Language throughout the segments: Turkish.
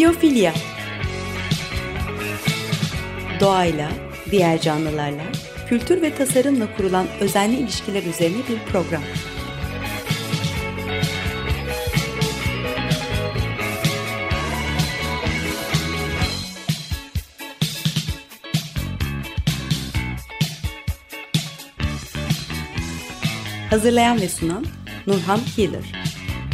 Biyofilya. Doğayla, diğer canlılarla, kültür ve tasarımla kurulan özenli ilişkiler üzerine bir program. Hazırlayan ve sunan Nurhan Healer.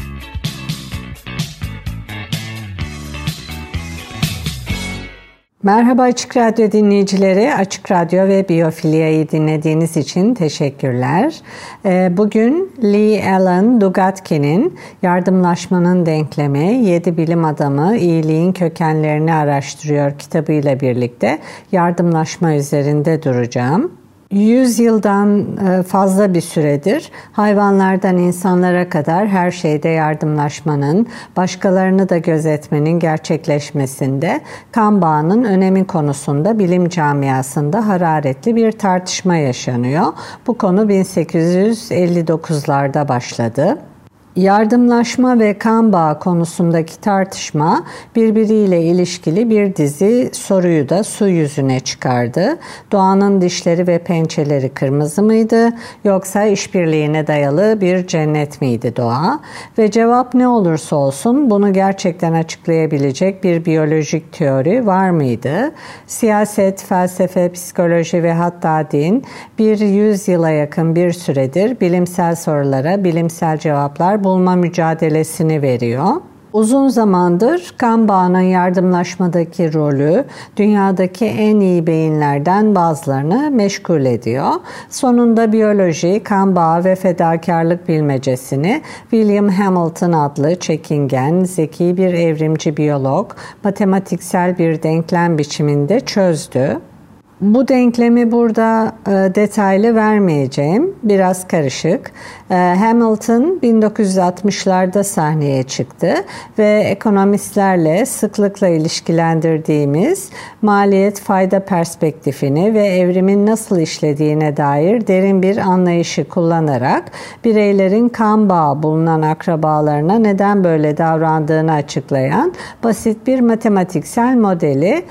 Merhaba Açık Radyo dinleyicileri, Açık Radyo ve Biyofilya'yı dinlediğiniz için teşekkürler. Bugün Lee Allen Lugatke'nin Yardımlaşmanın Denklemi, 7 Bilim Adamı İyiliğin Kökenlerini Araştırıyor kitabıyla birlikte yardımlaşma üzerinde duracağım. 100 yıldan fazla bir süredir hayvanlardan insanlara kadar her şeyde yardımlaşmanın, başkalarını da gözetmenin gerçekleşmesinde kan bağının önemi konusunda bilim camiasında hararetli bir tartışma yaşanıyor. Bu konu 1859'larda başladı. Yardımlaşma ve kan bağı konusundaki tartışma birbiriyle ilişkili bir dizi soruyu da su yüzüne çıkardı. Doğanın dişleri ve pençeleri kırmızı mıydı yoksa işbirliğine dayalı bir cennet miydi doğa? Ve cevap ne olursa olsun bunu gerçekten açıklayabilecek bir biyolojik teori var mıydı? Siyaset, felsefe, psikoloji ve hatta din bir 100 yıla yakın bir süredir bilimsel sorulara bilimsel cevaplar bulma mücadelesini veriyor. Uzun zamandır kan bağının yardımlaşmadaki rolü dünyadaki en iyi beyinlerden bazılarını meşgul ediyor. Sonunda biyoloji, kan bağı ve fedakarlık bilmecesini William Hamilton adlı çekingen, zeki bir evrimci biyolog matematiksel bir denklem biçiminde çözdü. Bu denklemi burada detaylı vermeyeceğim, biraz karışık. Hamilton 1960'larda sahneye çıktı ve ekonomistlerle sıklıkla ilişkilendirdiğimiz maliyet-fayda perspektifini ve evrimin nasıl işlediğine dair derin bir anlayışı kullanarak bireylerin kan bağı bulunan akrabalarına neden böyle davrandığını açıklayan basit bir matematiksel modeli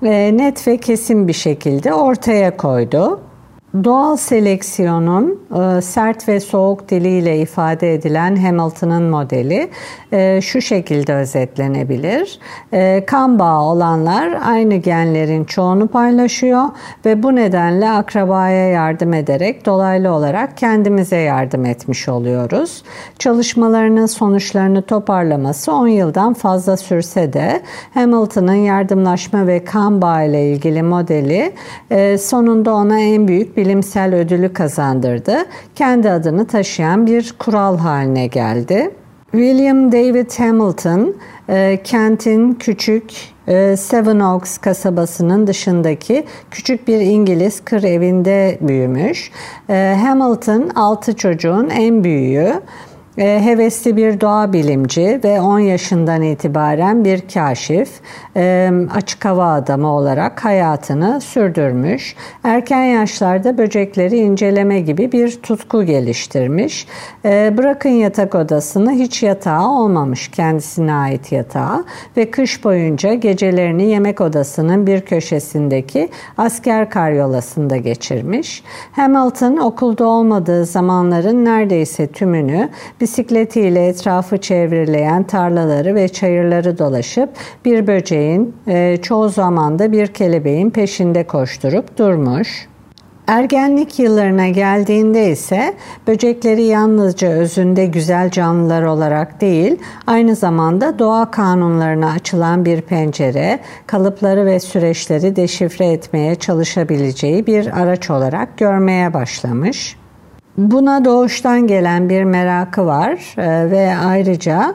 net ve kesin bir şekilde ortaya koydu. Doğal seleksiyonun sert ve soğuk diliyle ifade edilen Hamilton'ın modeli şu şekilde özetlenebilir. Kan bağı olanlar aynı genlerin çoğunu paylaşıyor ve bu nedenle akrabaya yardım ederek dolaylı olarak kendimize yardım etmiş oluyoruz. Çalışmalarının sonuçlarını toparlaması 10 yıldan fazla sürse de Hamilton'ın yardımlaşma ve kan bağı ile ilgili modeli sonunda ona en büyük bilimsel ödülü kazandırdı. Kendi adını taşıyan bir kural haline geldi. William David Hamilton, kentin küçük Sevenoaks kasabasının dışındaki küçük bir İngiliz kır evinde büyümüş. Hamilton 6 çocuğun en büyüğü. Hevesli bir doğa bilimci ve 10 yaşından itibaren bir kaşif, açık hava adamı olarak hayatını sürdürmüş. Erken yaşlarda böcekleri inceleme gibi bir tutku geliştirmiş. Bırakın yatak odasını, hiç yatağı olmamış kendisine ait yatağı ve kış boyunca gecelerini yemek odasının bir köşesindeki asker karyolasında geçirmiş. Hamilton okulda olmadığı zamanların neredeyse tümünü bisikletiyle etrafı çevreleyen tarlaları ve çayırları dolaşıp bir böceğin, çoğu zaman da bir kelebeğin peşinde koşturup durmuş. Ergenlik yıllarına geldiğinde ise böcekleri yalnızca özünde güzel canlılar olarak değil, aynı zamanda doğa kanunlarına açılan bir pencere, kalıpları ve süreçleri deşifre etmeye çalışabileceği bir araç olarak görmeye başlamış. Buna doğuştan gelen bir merakı var ve ayrıca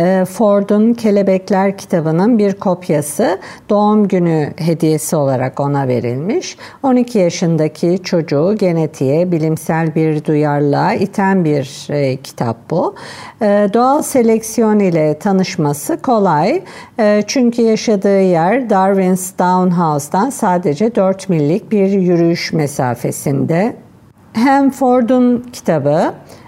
Ford'un Kelebekler kitabının bir kopyası doğum günü hediyesi olarak ona verilmiş. 12 yaşındaki çocuğu genetiğe, bilimsel bir duyarlılığa iten bir kitap bu. Doğal seleksiyon ile tanışması kolay çünkü yaşadığı yer Darwin's Down House'dan sadece 4 millik bir yürüyüş mesafesinde. Hem Ford'un kitabı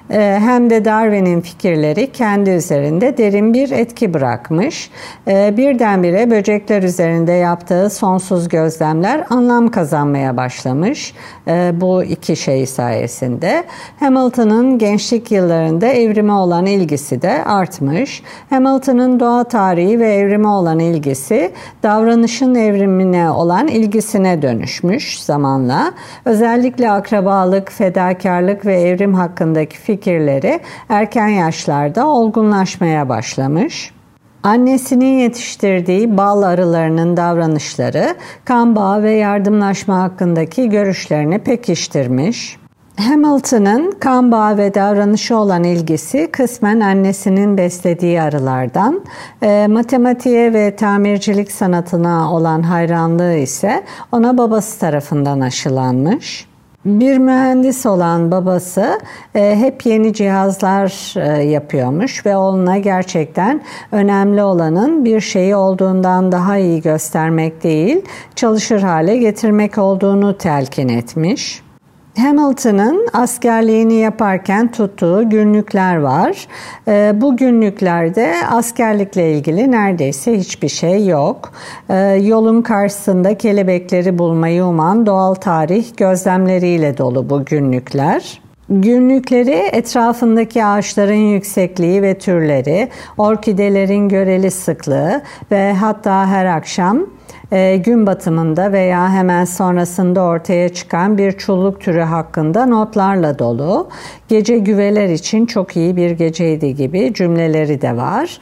hem de Darwin'in fikirleri kendi üzerinde derin bir etki bırakmış. Birdenbire böcekler üzerinde yaptığı sonsuz gözlemler anlam kazanmaya başlamış. Bu iki şey sayesinde. Hamilton'ın gençlik yıllarında evrime olan ilgisi de artmış. Hamilton'ın doğa tarihi ve evrime olan ilgisi davranışın evrimine olan ilgisine dönüşmüş zamanla. Özellikle akrabalık, fedakarlık ve evrim hakkındaki fikirleri erken yaşlarda olgunlaşmaya başlamış. Annesinin yetiştirdiği bal arılarının davranışları, kan bağı ve yardımlaşma hakkındaki görüşlerini pekiştirmiş. Hamilton'ın kan bağı ve davranışı olan ilgisi kısmen annesinin beslediği arılardan, matematiğe ve tamircilik sanatına olan hayranlığı ise ona babası tarafından aşılanmış. Bir mühendis olan babası hep yeni cihazlar yapıyormuş ve oğluna gerçekten önemli olanın bir şeyi olduğundan daha iyi göstermek değil, çalışır hale getirmek olduğunu telkin etmiş. Hamilton'ın askerliğini yaparken tuttuğu günlükler var. Bu günlüklerde askerlikle ilgili neredeyse hiçbir şey yok. Yolun karşısında kelebekleri bulmayı uman doğal tarih gözlemleriyle dolu bu günlükler. Günlükleri etrafındaki ağaçların yüksekliği ve türleri, orkidelerin göreli sıklığı ve hatta her akşam gün batımında veya hemen sonrasında ortaya çıkan bir çulluk türü hakkında notlarla dolu. Gece güveler için çok iyi bir geceydi gibi cümleleri de var.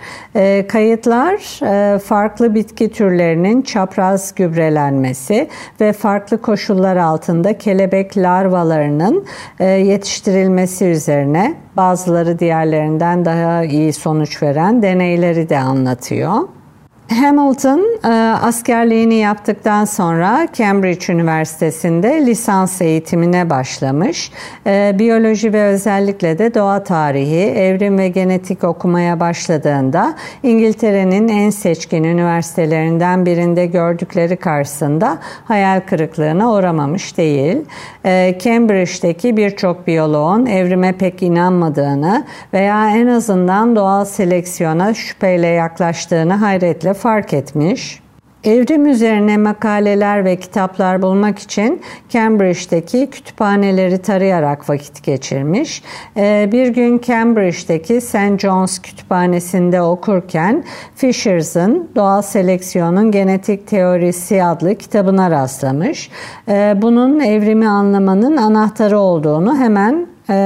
Kayıtlar farklı bitki türlerinin çapraz gübrelenmesi ve farklı koşullar altında kelebek larvalarının yetiştirilmesi üzerine bazıları diğerlerinden daha iyi sonuç veren deneyleri de anlatıyor. Hamilton askerliğini yaptıktan sonra Cambridge Üniversitesi'nde lisans eğitimine başlamış. Biyoloji ve özellikle de doğa tarihi, evrim ve genetik okumaya başladığında İngiltere'nin en seçkin üniversitelerinden birinde gördükleri karşısında hayal kırıklığına uğramamış değil. Cambridge'deki birçok biyoloğun evrime pek inanmadığını veya en azından doğal seleksiyona şüpheyle yaklaştığını hayretle fark etmiş. Evrim üzerine makaleler ve kitaplar bulmak için Cambridge'deki kütüphaneleri tarayarak vakit geçirmiş. Bir gün Cambridge'deki St. John's Kütüphanesi'nde okurken Fishers'ın Doğal Seleksiyonun Genetik Teorisi adlı kitabına rastlamış. Bunun evrimi anlamanın anahtarı olduğunu hemen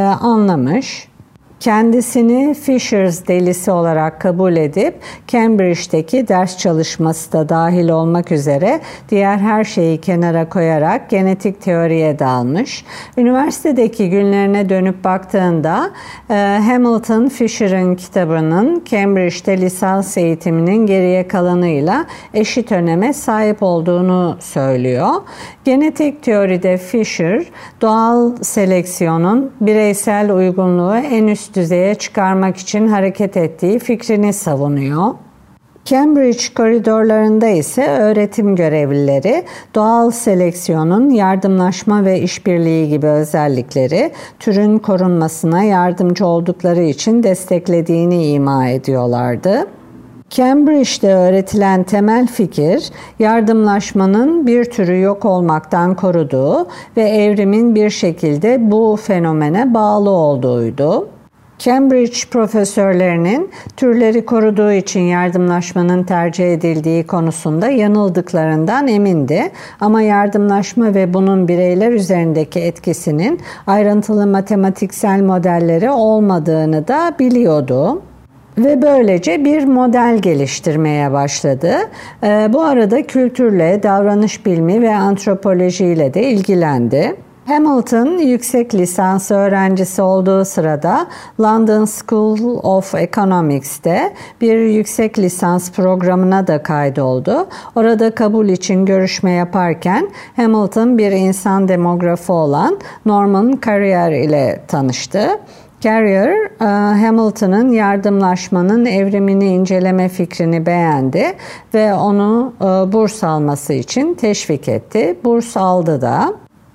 anlamış. Kendisini Fishers delisi olarak kabul edip Cambridge'deki ders çalışması da dahil olmak üzere diğer her şeyi kenara koyarak genetik teoriye dalmış. Üniversitedeki günlerine dönüp baktığında Hamilton Fisher'ın kitabının Cambridge'de lisans eğitiminin geriye kalanıyla eşit öneme sahip olduğunu söylüyor. Genetik teoride Fisher, doğal seleksiyonun bireysel uygunluğu en üst düzeye çıkarmak için hareket ettiği fikrini savunuyor. Cambridge koridorlarında ise öğretim görevlileri doğal seleksiyonun yardımlaşma ve işbirliği gibi özellikleri türün korunmasına yardımcı oldukları için desteklediğini ima ediyorlardı. Cambridge'de öğretilen temel fikir, yardımlaşmanın bir türü yok olmaktan koruduğu ve evrimin bir şekilde bu fenomene bağlı olduğuydu. Cambridge profesörlerinin türleri koruduğu için yardımlaşmanın tercih edildiği konusunda yanıldıklarından emindi ama yardımlaşma ve bunun bireyler üzerindeki etkisinin ayrıntılı matematiksel modelleri olmadığını da biliyordu. Ve böylece bir model geliştirmeye başladı. Bu arada kültürle, davranış bilimi ve antropolojiyle de ilgilendi. Hamilton yüksek lisans öğrencisi olduğu sırada London School of Economics'te bir yüksek lisans programına da kaydoldu. Orada kabul için görüşme yaparken Hamilton bir insan demografı olan Norman Carrier ile tanıştı. Carrier, Hamilton'ın yardımlaşmanın evrimini inceleme fikrini beğendi ve onu burs alması için teşvik etti. Burs aldı da.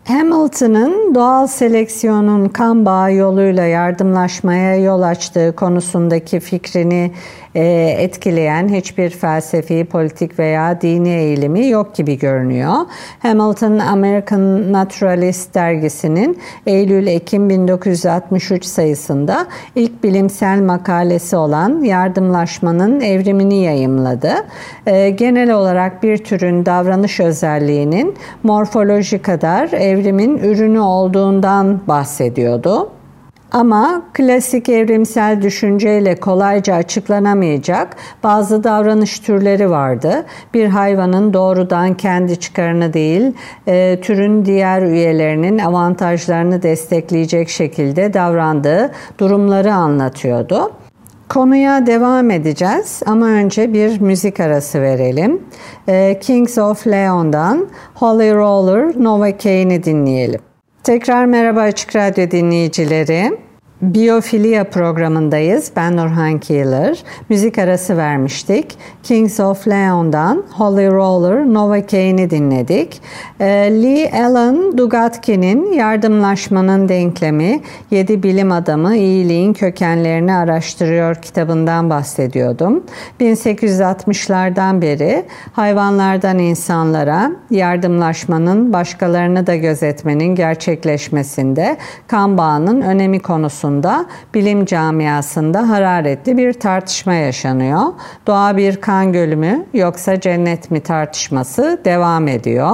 Hamilton'ın doğal seleksiyonun kan bağı yoluyla yardımlaşmaya yol açtığı konusundaki fikrini etkileyen hiçbir felsefi, politik veya dini eğilimi yok gibi görünüyor. Hamilton, American Naturalist dergisinin Eylül-Ekim 1963 sayısında ilk bilimsel makalesi olan yardımlaşmanın evrimini yayımladı. Genel olarak bir türün davranış özelliğinin morfoloji kadar evrimin ürünü olduğundan bahsediyordu. Ama klasik evrimsel düşünceyle kolayca açıklanamayacak bazı davranış türleri vardı. Bir hayvanın doğrudan kendi çıkarını değil, türün diğer üyelerinin avantajlarını destekleyecek şekilde davrandığı durumları anlatıyordu. Konuya devam edeceğiz ama önce bir müzik arası verelim. Kings of Leon'dan Holy Roller Novocaine dinleyelim. Tekrar merhaba Açık Radyo dinleyicileri. Biyofilya programındayız. Ben Nurhan Keeler. Müzik arası vermiştik. Kings of Leon'dan Holy Roller Novocaine'i dinledik. Lee Allen Dugatkin'in Yardımlaşmanın Denklemi, 7 bilim adamı iyiliğin kökenlerini araştırıyor kitabından bahsediyordum. 1860'lardan beri hayvanlardan insanlara yardımlaşmanın, başkalarını da gözetmenin gerçekleşmesinde kan bağının önemi konusunda bilim camiasında hararetli bir tartışma yaşanıyor. Doğa bir kan gölü mü yoksa cennet mi tartışması devam ediyor.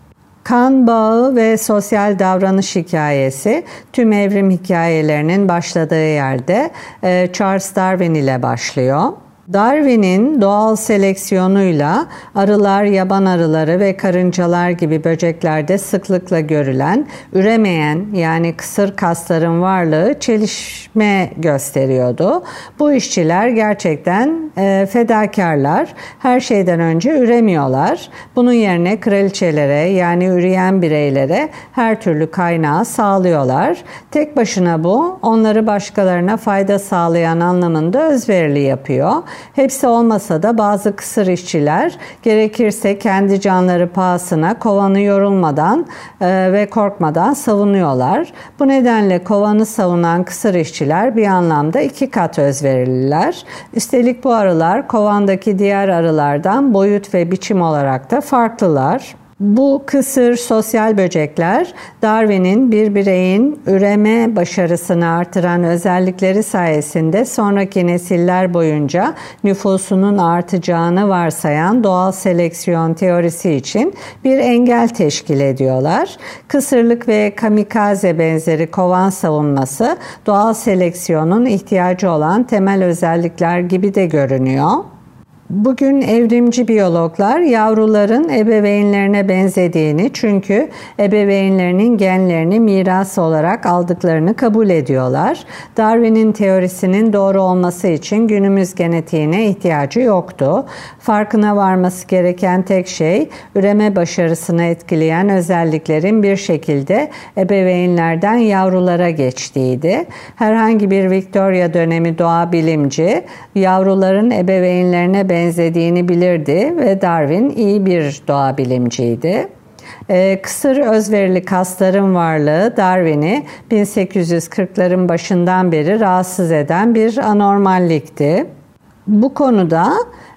Kan bağı ve sosyal davranış hikayesi tüm evrim hikayelerinin başladığı yerde Charles Darwin ile başlıyor. Darwin'in doğal seleksiyonuyla arılar, yaban arıları ve karıncalar gibi böceklerde sıklıkla görülen üremeyen yani kısır kasların varlığı çelişme gösteriyordu. Bu işçiler gerçekten fedakarlar. Her şeyden önce üremiyorlar. Bunun yerine kraliçelere yani üreyen bireylere her türlü kaynağı sağlıyorlar. Tek başına bu onları başkalarına fayda sağlayan anlamında özverili yapıyor. Hepsi olmasa da bazı kısır işçiler gerekirse kendi canları pahasına kovanı yorulmadan ve korkmadan savunuyorlar. Bu nedenle kovanı savunan kısır işçiler bir anlamda 2 kat özverililer. Üstelik bu arılar kovandaki diğer arılardan boyut ve biçim olarak da farklılar. Bu kısır sosyal böcekler Darwin'in bir bireyin üreme başarısını artıran özellikleri sayesinde sonraki nesiller boyunca nüfusunun artacağını varsayan doğal seleksiyon teorisi için bir engel teşkil ediyorlar. Kısırlık ve kamikaze benzeri kovan savunması doğal seleksiyonun ihtiyacı olan temel özellikler gibi de görünüyor. Bugün evrimci biyologlar yavruların ebeveynlerine benzediğini çünkü ebeveynlerinin genlerini miras olarak aldıklarını kabul ediyorlar. Darwin'in teorisinin doğru olması için günümüz genetiğine ihtiyacı yoktu. Farkına varması gereken tek şey üreme başarısını etkileyen özelliklerin bir şekilde ebeveynlerden yavrulara geçtiğiydi. Herhangi bir Victoria dönemi doğa bilimci yavruların ebeveynlerine benzediğini bilirdi ve Darwin iyi bir doğa bilimciydi. Kısır özverili kasların varlığı Darwin'i 1840'ların başından beri rahatsız eden bir anormallikti. Bu konuda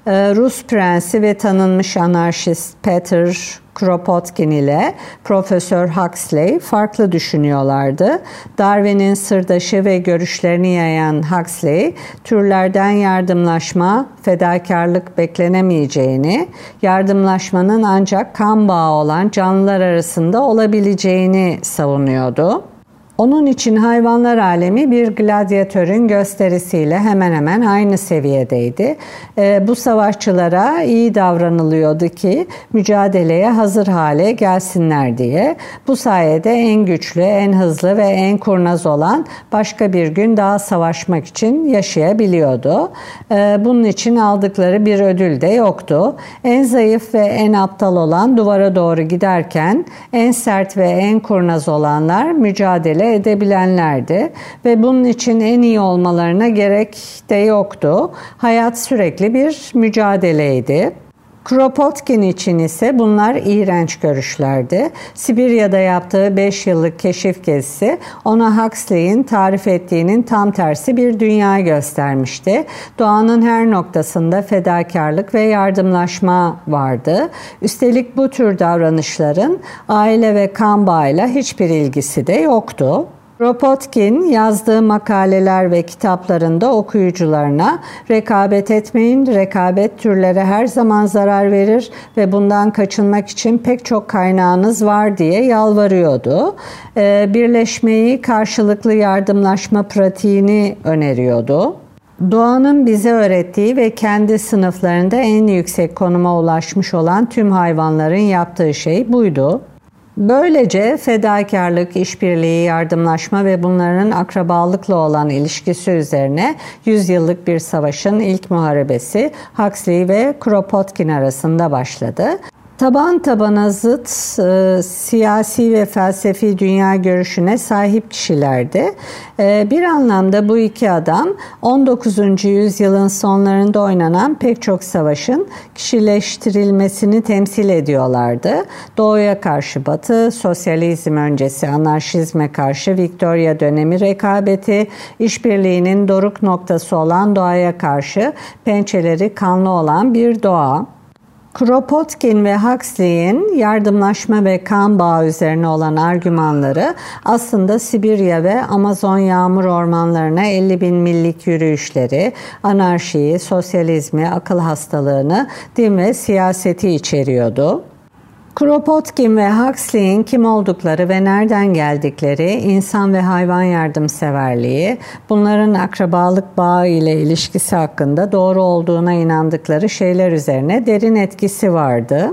Rus prensi ve tanınmış anarşist Peter Kropotkin ile Profesör Huxley farklı düşünüyorlardı. Darwin'in sırdaşı ve görüşlerini yayan Huxley, türlerden yardımlaşma, fedakarlık beklenemeyeceğini, yardımlaşmanın ancak kan bağı olan canlılar arasında olabileceğini savunuyordu. Onun için hayvanlar alemi bir gladyatörün gösterisiyle hemen hemen aynı seviyedeydi. Bu savaşçılara iyi davranılıyordu ki mücadeleye hazır hale gelsinler diye. Bu sayede en güçlü, en hızlı ve en kurnaz olan başka bir gün daha savaşmak için yaşayabiliyordu. Bunun için aldıkları bir ödül de yoktu. En zayıf ve en aptal olan duvara doğru giderken en sert ve en kurnaz olanlar mücadele edebilenlerdi ve bunun için en iyi olmalarına gerek de yoktu. Hayat sürekli bir mücadeleydi. Kropotkin için ise bunlar iğrenç görüşlerdi. Sibirya'da yaptığı 5 yıllık keşif gezisi ona Huxley'in tarif ettiğinin tam tersi bir dünya göstermişti. Doğanın her noktasında fedakarlık ve yardımlaşma vardı. Üstelik bu tür davranışların aile ve kan bağıyla hiçbir ilgisi de yoktu. Kropotkin yazdığı makaleler ve kitaplarında okuyucularına rekabet etmeyin, rekabet türlere her zaman zarar verir ve bundan kaçınmak için pek çok kaynağınız var diye yalvarıyordu. Birleşmeyi, karşılıklı yardımlaşma pratiğini öneriyordu. Doğanın bize öğrettiği ve kendi sınıflarında en yüksek konuma ulaşmış olan tüm hayvanların yaptığı şey buydu. Böylece fedakarlık, işbirliği, yardımlaşma ve bunların akrabalıkla olan ilişkisi üzerine 100 yıllık bir savaşın ilk muharebesi Huxley ve Kropotkin arasında başladı. Taban tabana zıt siyasi ve felsefi dünya görüşüne sahip kişilerdi. Bir anlamda bu iki adam 19. yüzyılın sonlarında oynanan pek çok savaşın kişileştirilmesini temsil ediyorlardı. Doğuya karşı Batı, sosyalizm öncesi anarşizme karşı Victoria dönemi rekabeti, işbirliğinin doruk noktası olan doğaya karşı pençeleri kanlı olan bir doğa. Kropotkin ve Huxley'in yardımlaşma ve kan bağı üzerine olan argümanları aslında Sibirya ve Amazon yağmur ormanlarına 50.000 millik yürüyüşleri, anarşiyi, sosyalizmi, akıl hastalığını, din ve siyaseti içeriyordu. Kropotkin ve Huxley'in kim oldukları ve nereden geldikleri, insan ve hayvan yardımseverliği, bunların akrabalık bağı ile ilişkisi hakkında doğru olduğuna inandıkları şeyler üzerine derin etkisi vardı.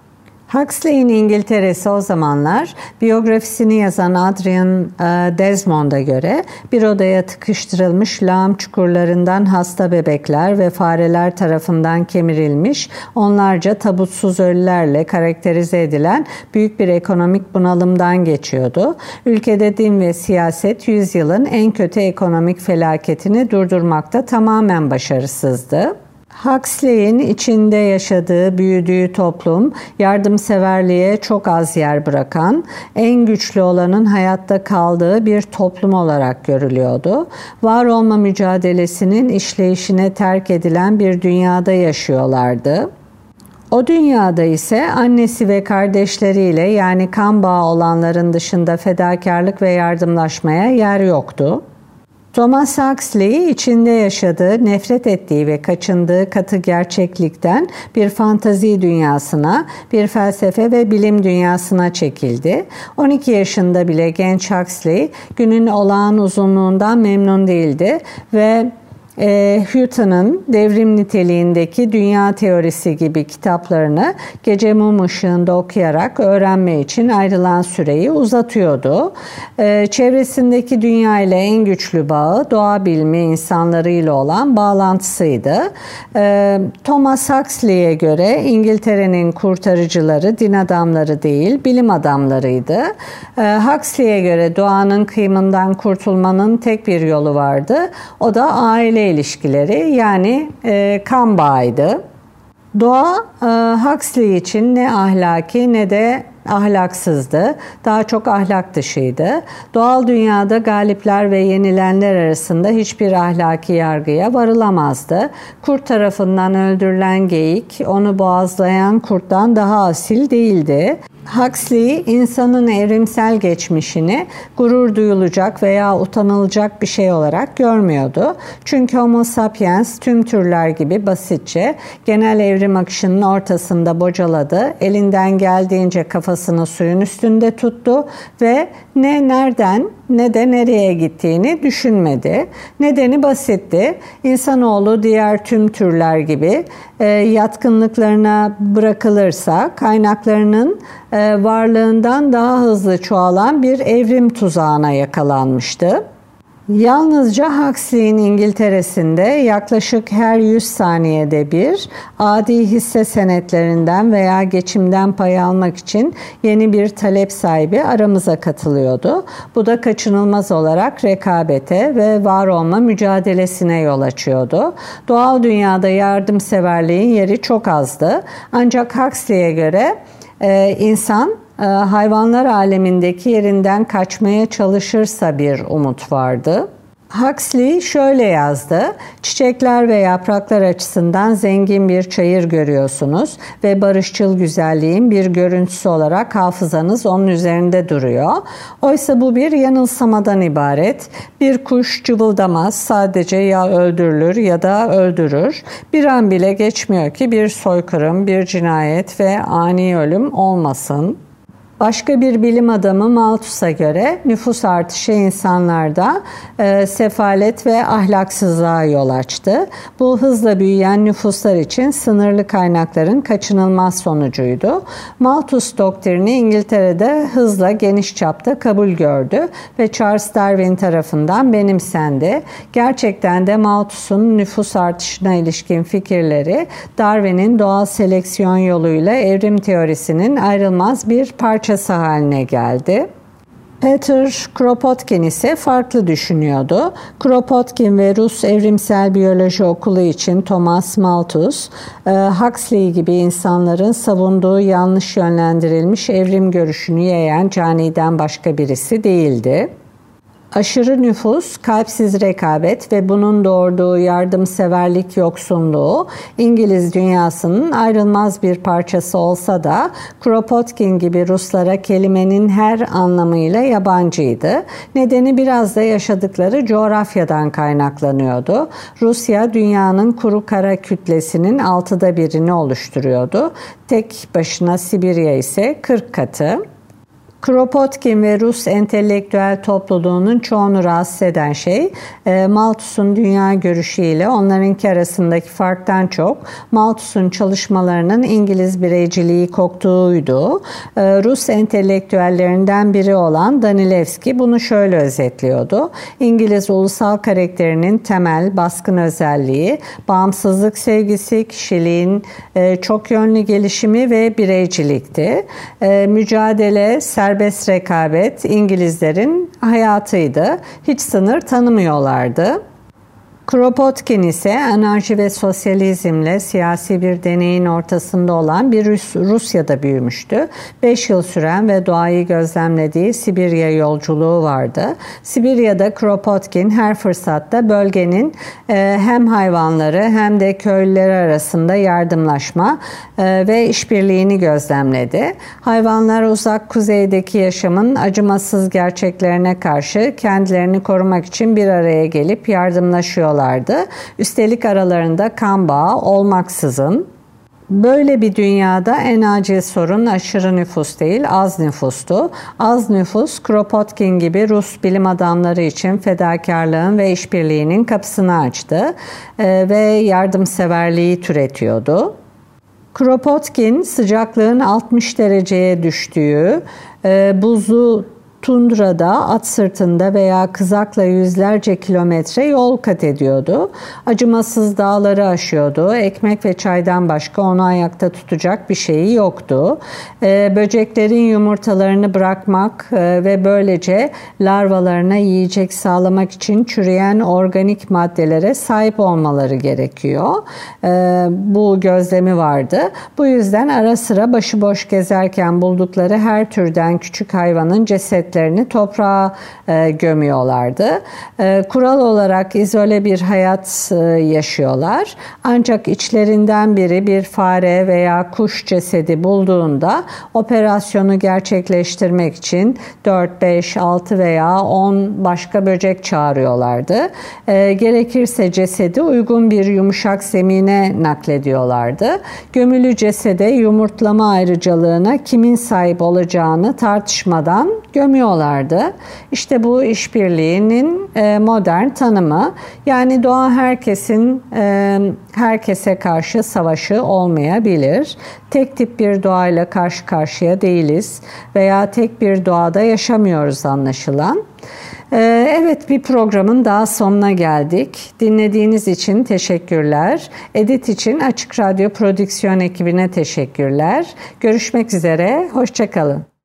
Huxley'in İngiltere'si o zamanlar biyografisini yazan Adrian Desmond'a göre bir odaya tıkıştırılmış lağım çukurlarından hasta bebekler ve fareler tarafından kemirilmiş onlarca tabutsuz ölülerle karakterize edilen büyük bir ekonomik bunalımdan geçiyordu. Ülkede din ve siyaset yüzyılın en kötü ekonomik felaketini durdurmakta tamamen başarısızdı. Huxley'in içinde yaşadığı, büyüdüğü toplum, yardımseverliğe çok az yer bırakan, en güçlü olanın hayatta kaldığı bir toplum olarak görülüyordu. Var olma mücadelesinin işleyişine terk edilen bir dünyada yaşıyorlardı. O dünyada ise annesi ve kardeşleriyle yani kan bağı olanların dışında fedakarlık ve yardımlaşmaya yer yoktu. Thomas Huxley içinde yaşadığı, nefret ettiği ve kaçındığı katı gerçeklikten bir fantazi dünyasına, bir felsefe ve bilim dünyasına çekildi. 12 yaşında bile genç Huxley günün olağan uzunluğundan memnun değildi ve Hutton'un devrim niteliğindeki dünya teorisi gibi kitaplarını gece mum ışığında okuyarak öğrenme için ayrılan süreyi uzatıyordu. Çevresindeki dünya ile en güçlü bağı doğa bilimi insanlarıyla olan bağlantısıydı. Thomas Huxley'e göre İngiltere'nin kurtarıcıları din adamları değil, bilim adamlarıydı. Huxley'e göre doğanın kıyımından kurtulmanın tek bir yolu vardı. O da aile ilişkileri yani kan bağıydı. Doğa Huxley için ne ahlaki ne de ahlaksızdı. Daha çok ahlak dışıydı. Doğal dünyada galipler ve yenilenler arasında hiçbir ahlaki yargıya varılamazdı. Kurt tarafından öldürülen geyik onu boğazlayan kurttan daha asil değildi. Huxley, insanın evrimsel geçmişini gurur duyulacak veya utanılacak bir şey olarak görmüyordu. Çünkü Homo sapiens tüm türler gibi basitçe genel evrim akışının ortasında bocaladı, elinden geldiğince kafasını suyun üstünde tuttu ve ne nereden ne de nereye gittiğini düşünmedi. Nedeni basitti. İnsanoğlu diğer tüm türler gibi yatkınlıklarına bırakılırsa kaynaklarının varlığından daha hızlı çoğalan bir evrim tuzağına yakalanmıştı. Yalnızca Huxley'in İngiltere'sinde yaklaşık her 100 saniyede bir adi hisse senetlerinden veya geçimden pay almak için yeni bir talep sahibi aramıza katılıyordu. Bu da kaçınılmaz olarak rekabete ve var olma mücadelesine yol açıyordu. Doğal dünyada yardımseverliğin yeri çok azdı. Ancak Huxley'e göre insan hayvanlar alemindeki yerinden kaçmaya çalışırsa bir umut vardı. Huxley şöyle yazdı: "Çiçekler ve yapraklar açısından zengin bir çayır görüyorsunuz ve barışçıl güzelliğin bir görüntüsü olarak hafızanız onun üzerinde duruyor. Oysa bu bir yanılsamadan ibaret. Bir kuş cıvıldamaz, sadece ya öldürülür ya da öldürür. Bir an bile geçmiyor ki bir soykırım, bir cinayet ve ani ölüm olmasın." Başka bir bilim adamı Malthus'a göre nüfus artışı insanlarda sefalet ve ahlaksızlığa yol açtı. Bu hızla büyüyen nüfuslar için sınırlı kaynakların kaçınılmaz sonucuydu. Malthus doktrini İngiltere'de hızla geniş çapta kabul gördü ve Charles Darwin tarafından benimsendi. Gerçekten de Malthus'un nüfus artışına ilişkin fikirleri Darwin'in doğal seleksiyon yoluyla evrim teorisinin ayrılmaz bir parçası haline geldi. Peter Kropotkin ise farklı düşünüyordu. Kropotkin ve Rus Evrimsel Biyoloji Okulu için Thomas Malthus, Huxley gibi insanların savunduğu yanlış yönlendirilmiş evrim görüşünü yayan caniden başka birisi değildi. Aşırı nüfus, kalpsiz rekabet ve bunun doğurduğu yardımseverlik yoksunluğu İngiliz dünyasının ayrılmaz bir parçası olsa da Kropotkin gibi Ruslara kelimenin her anlamıyla yabancıydı. Nedeni biraz da yaşadıkları coğrafyadan kaynaklanıyordu. Rusya dünyanın kuru kara kütlesinin 6'da birini oluşturuyordu. Tek başına Sibirya ise 40 katı. Kropotkin ve Rus entelektüel topluluğunun çoğunu rahatsız eden şey Malthus'un dünya görüşüyle onlarınki arasındaki farktan çok Malthus'un çalışmalarının İngiliz bireyciliği koktuğuydu. Rus entelektüellerinden biri olan Danilevski bunu şöyle özetliyordu: İngiliz ulusal karakterinin temel baskın özelliği bağımsızlık sevgisi, kişiliğin çok yönlü gelişimi ve bireycilikti. Mücadele, serbest rekabet İngilizlerin hayatıydı. Hiç sınır tanımıyorlardı. Kropotkin ise anarşi ve sosyalizmle siyasi bir deneyin ortasında olan bir Rusya'da büyümüştü. 5 yıl süren ve doğayı gözlemlediği Sibirya yolculuğu vardı. Sibirya'da Kropotkin her fırsatta bölgenin hem hayvanları hem de köylüleri arasında yardımlaşma ve işbirliğini gözlemledi. Hayvanlar uzak kuzeydeki yaşamın acımasız gerçeklerine karşı kendilerini korumak için bir araya gelip yardımlaşıyorlar. Üstelik aralarında kan bağı olmaksızın. Böyle bir dünyada en acil sorun aşırı nüfus değil, az nüfustu. Az nüfus, Kropotkin gibi Rus bilim adamları için fedakarlığın ve işbirliğinin kapısını açtı ve yardımseverliği türetiyordu. Kropotkin, sıcaklığın 60 dereceye düştüğü, buzlu tundrada at sırtında veya kızakla yüzlerce kilometre yol kat ediyordu. Acımasız dağları aşıyordu. Ekmek ve çaydan başka onu ayakta tutacak bir şeyi yoktu. Böceklerin yumurtalarını bırakmak ve böylece larvalarına yiyecek sağlamak için çürüyen organik maddelere sahip olmaları gerekiyor. Bu gözlemi vardı. Bu yüzden ara sıra başıboş gezerken buldukları her türden küçük hayvanın cesetlerini toprağa gömüyorlardı. Kural olarak izole bir hayat yaşıyorlar. Ancak içlerinden biri bir fare veya kuş cesedi bulduğunda operasyonu gerçekleştirmek için 4, 5, 6 veya 10 başka böcek çağırıyorlardı. Gerekirse cesedi uygun bir yumuşak zemine naklediyorlardı. Gömülü cesede yumurtlama ayrıcalığına kimin sahip olacağını tartışmadan gömüyorlardı. İşte bu işbirliğinin modern tanımı. Yani doğa herkesin herkese karşı savaşı olmayabilir. Tek tip bir doğayla karşı karşıya değiliz veya tek bir doğada yaşamıyoruz anlaşılan. Evet, bir programın daha sonuna geldik. Dinlediğiniz için teşekkürler. Edit için Açık Radyo Prodüksiyon ekibine teşekkürler. Görüşmek üzere, hoşça kalın.